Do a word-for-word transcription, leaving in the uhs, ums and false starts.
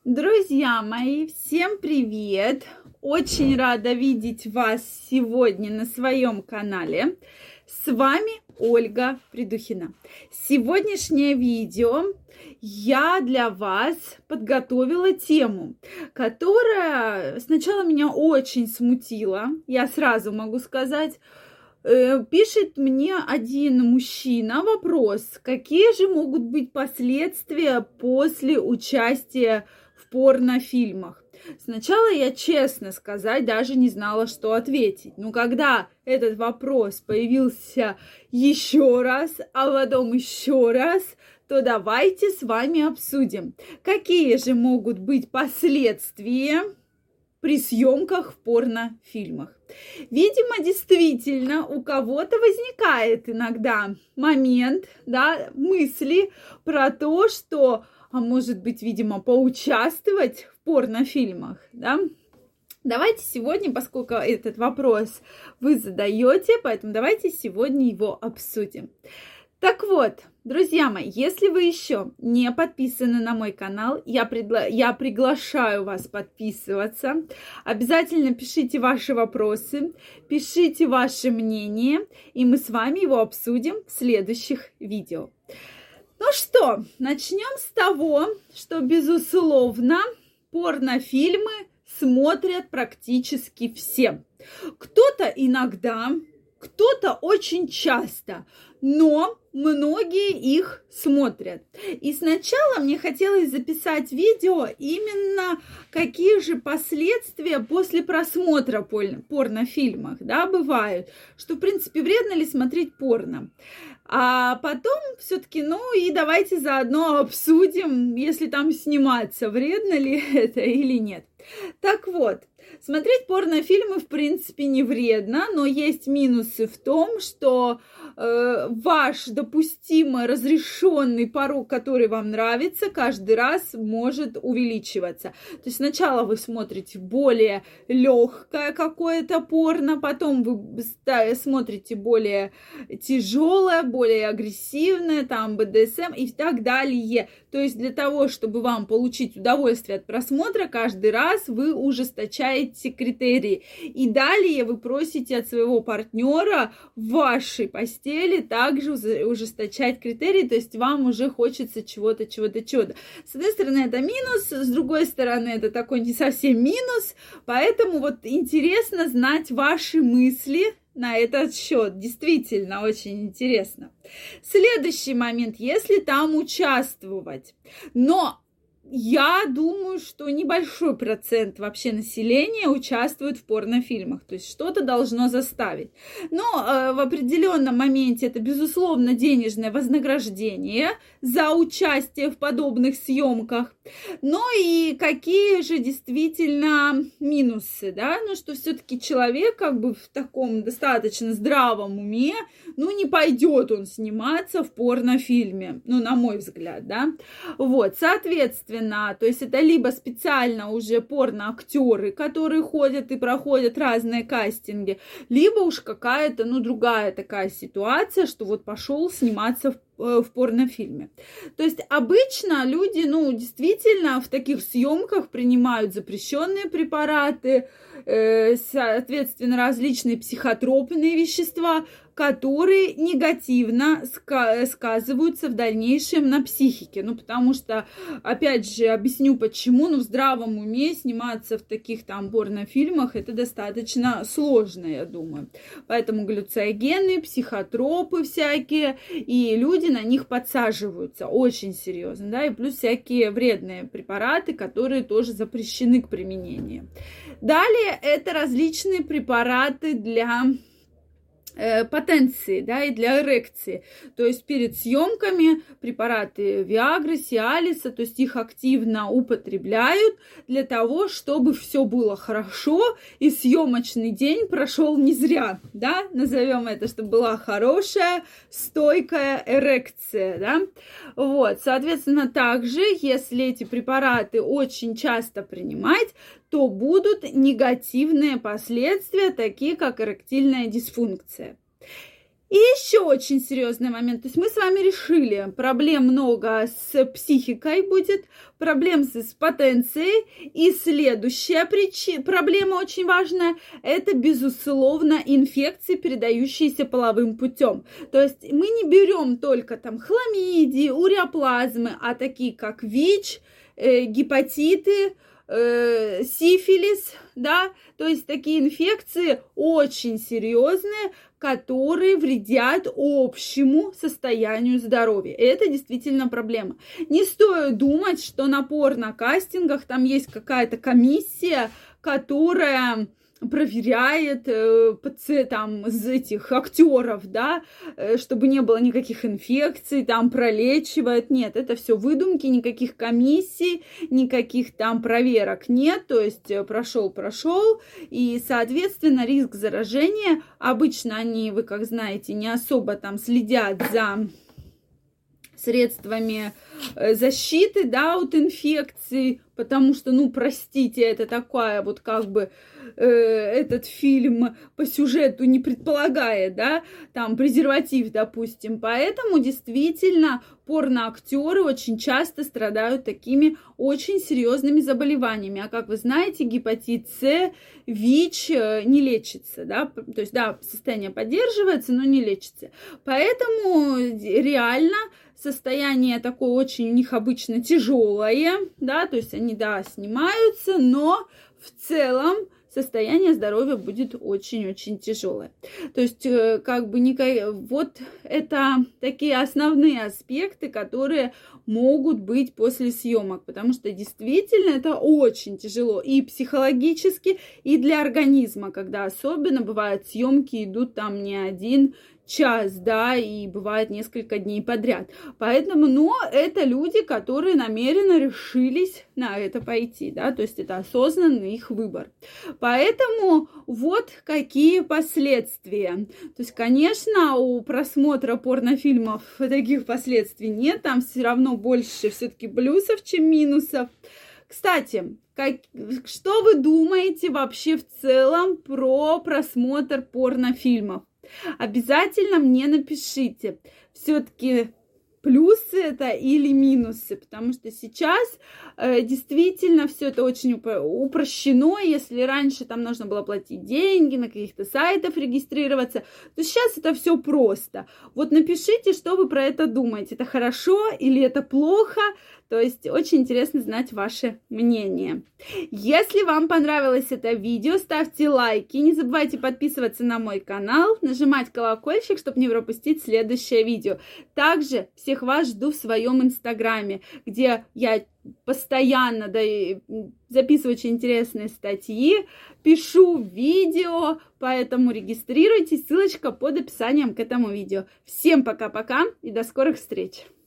Друзья мои, всем привет! Очень рада видеть вас сегодня на своем канале. С вами Ольга Придухина. Сегодняшнее видео я для вас подготовила тему, которая сначала меня очень смутила, я сразу могу сказать. Пишет мне один мужчина вопрос: какие же могут быть последствия после участия в порнофильмах? Сначала я, честно сказать, даже не знала, что ответить. Но когда этот вопрос появился еще раз, а потом еще раз, то давайте с вами обсудим, какие же могут быть последствия при съемках в порнофильмах. Видимо, действительно, у кого-то возникает иногда момент, да, мысли про то, что, а может быть, видимо, поучаствовать в порнофильмах, да. Давайте сегодня, поскольку этот вопрос вы задаете, поэтому давайте сегодня его обсудим. Так вот, друзья мои, если вы еще не подписаны на мой канал, я, предла... я приглашаю вас подписываться. Обязательно пишите ваши вопросы, пишите ваше мнение, и мы с вами его обсудим в следующих видео. Ну что, начнем с того, что, безусловно, порнофильмы смотрят практически все. Кто-то иногда, кто-то очень часто, но многие их смотрят. И сначала мне хотелось записать видео именно какие же последствия после просмотра порнофильмов, да, бывают, что, в принципе, вредно ли смотреть порно. А потом все-таки, ну и давайте заодно обсудим, если там сниматься, вредно ли это или нет. Так вот, смотреть порнофильмы, в принципе, не вредно, но есть минусы в том, что э, ваш допустимый разрешенный порог, который вам нравится, каждый раз может увеличиваться. То есть сначала вы смотрите более легкое какое-то порно, потом вы смотрите более тяжелое, более агрессивное, там бэ дэ эс эм и так далее. То есть для того, чтобы вам получить удовольствие от просмотра, каждый раз вы ужесточаете критерии. И далее вы просите от своего партнера в вашей постели также ужесточать критерии, то есть вам уже хочется чего-то, чего-то, чего-то. С одной стороны, это минус, с другой стороны, это такой не совсем минус, поэтому вот интересно знать ваши мысли на этот счет. Действительно, очень интересно. Следующий момент, если там участвовать, но я думаю, что небольшой процент вообще населения участвует в порнофильмах, то есть что-то должно заставить. Но э, в определенном моменте это, безусловно, денежное вознаграждение за участие в подобных съемках. Но и какие же действительно минусы, да? Ну, что все-таки человек как бы в таком достаточно здравом уме, ну, не пойдет он сниматься в порнофильме, ну, на мой взгляд, да? Вот, соответственно, то есть это либо специально уже порноактеры, которые ходят и проходят разные кастинги, либо уж какая-то, ну, другая такая ситуация, что вот пошел сниматься в в порнофильме. То есть обычно люди, ну, действительно в таких съемках принимают запрещенные препараты, э, соответственно, различные психотропные вещества, которые негативно ска- сказываются в дальнейшем на психике. Ну, потому что, опять же, объясню почему, ну, в здравом уме сниматься в таких там порнофильмах это достаточно сложно, я думаю. Поэтому галлюциногены, психотропы всякие, и люди на них подсаживаются очень серьезно, да, и плюс всякие вредные препараты, которые тоже запрещены к применению. Далее это различные препараты для потенции, да, и для эрекции. То есть перед съемками препараты Виагры, Сиалиса, то есть их активно употребляют для того, чтобы все было хорошо и съемочный день прошел не зря, да, назовем это, чтобы была хорошая, стойкая эрекция, да. Вот, соответственно, также, если эти препараты очень часто принимать, то будут негативные последствия, такие как эректильная дисфункция. И еще очень серьезный момент. То есть мы с вами решили, проблем много с психикой будет, проблем с потенцией. И следующая причина, проблема очень важная, это, безусловно, инфекции, передающиеся половым путем. То есть мы не берем только там хламидии, уреоплазмы, а такие как ВИЧ, э, гепатиты, э, сифилис, да, то есть такие инфекции очень серьезные, которые вредят общему состоянию здоровья. И это действительно проблема. Не стоит думать, что на порно-кастингах там есть какая-то комиссия, которая проверяет э, там из этих актеров, да, э, чтобы не было никаких инфекций, там пролечивает. Нет, это все выдумки, никаких комиссий, никаких там проверок нет. То есть э, прошел, прошел, и, соответственно, риск заражения. Обычно они, вы как знаете, не особо там следят за средствами защиты, да, от инфекций, потому что, ну, простите, это такая вот как бы э, этот фильм по сюжету не предполагает, да, там презерватив, допустим, поэтому действительно порноактеры очень часто страдают такими очень серьезными заболеваниями, а как вы знаете, гепатит С, ВИЧ не лечится, да, то есть, да, состояние поддерживается, но не лечится, поэтому реально состояние такое очень у них обычно тяжелое, да, то есть они, да, снимаются, но в целом состояние здоровья будет очень-очень тяжелое. То есть, как бы, вот это такие основные аспекты, которые могут быть после съемок, потому что действительно это очень тяжело и психологически, и для организма, когда особенно бывают съемки идут там не один час, да, и бывает несколько дней подряд. Поэтому, но это люди, которые намеренно решились на это пойти, да, то есть это осознанный их выбор. Поэтому вот какие последствия. То есть, конечно, у просмотра порнофильмов таких последствий нет, там все равно больше все-таки плюсов, чем минусов. Кстати, как, что вы думаете вообще в целом про просмотр порнофильмов? Обязательно мне напишите, все-таки плюсы это или минусы, потому что сейчас э, действительно все это очень упрощено. Если раньше там нужно было платить деньги, на каких-то сайтах регистрироваться, то сейчас это все просто. Вот напишите, что вы про это думаете. Это хорошо или это плохо? То есть очень интересно знать ваше мнение. Если вам понравилось это видео, ставьте лайки. Не забывайте подписываться на мой канал, нажимать колокольчик, чтобы не пропустить следующее видео. Также всех вас жду в своем инстаграме, где я постоянно да, записываю очень интересные статьи, пишу видео, поэтому регистрируйтесь. Ссылочка под описанием к этому видео. Всем пока-пока и до скорых встреч!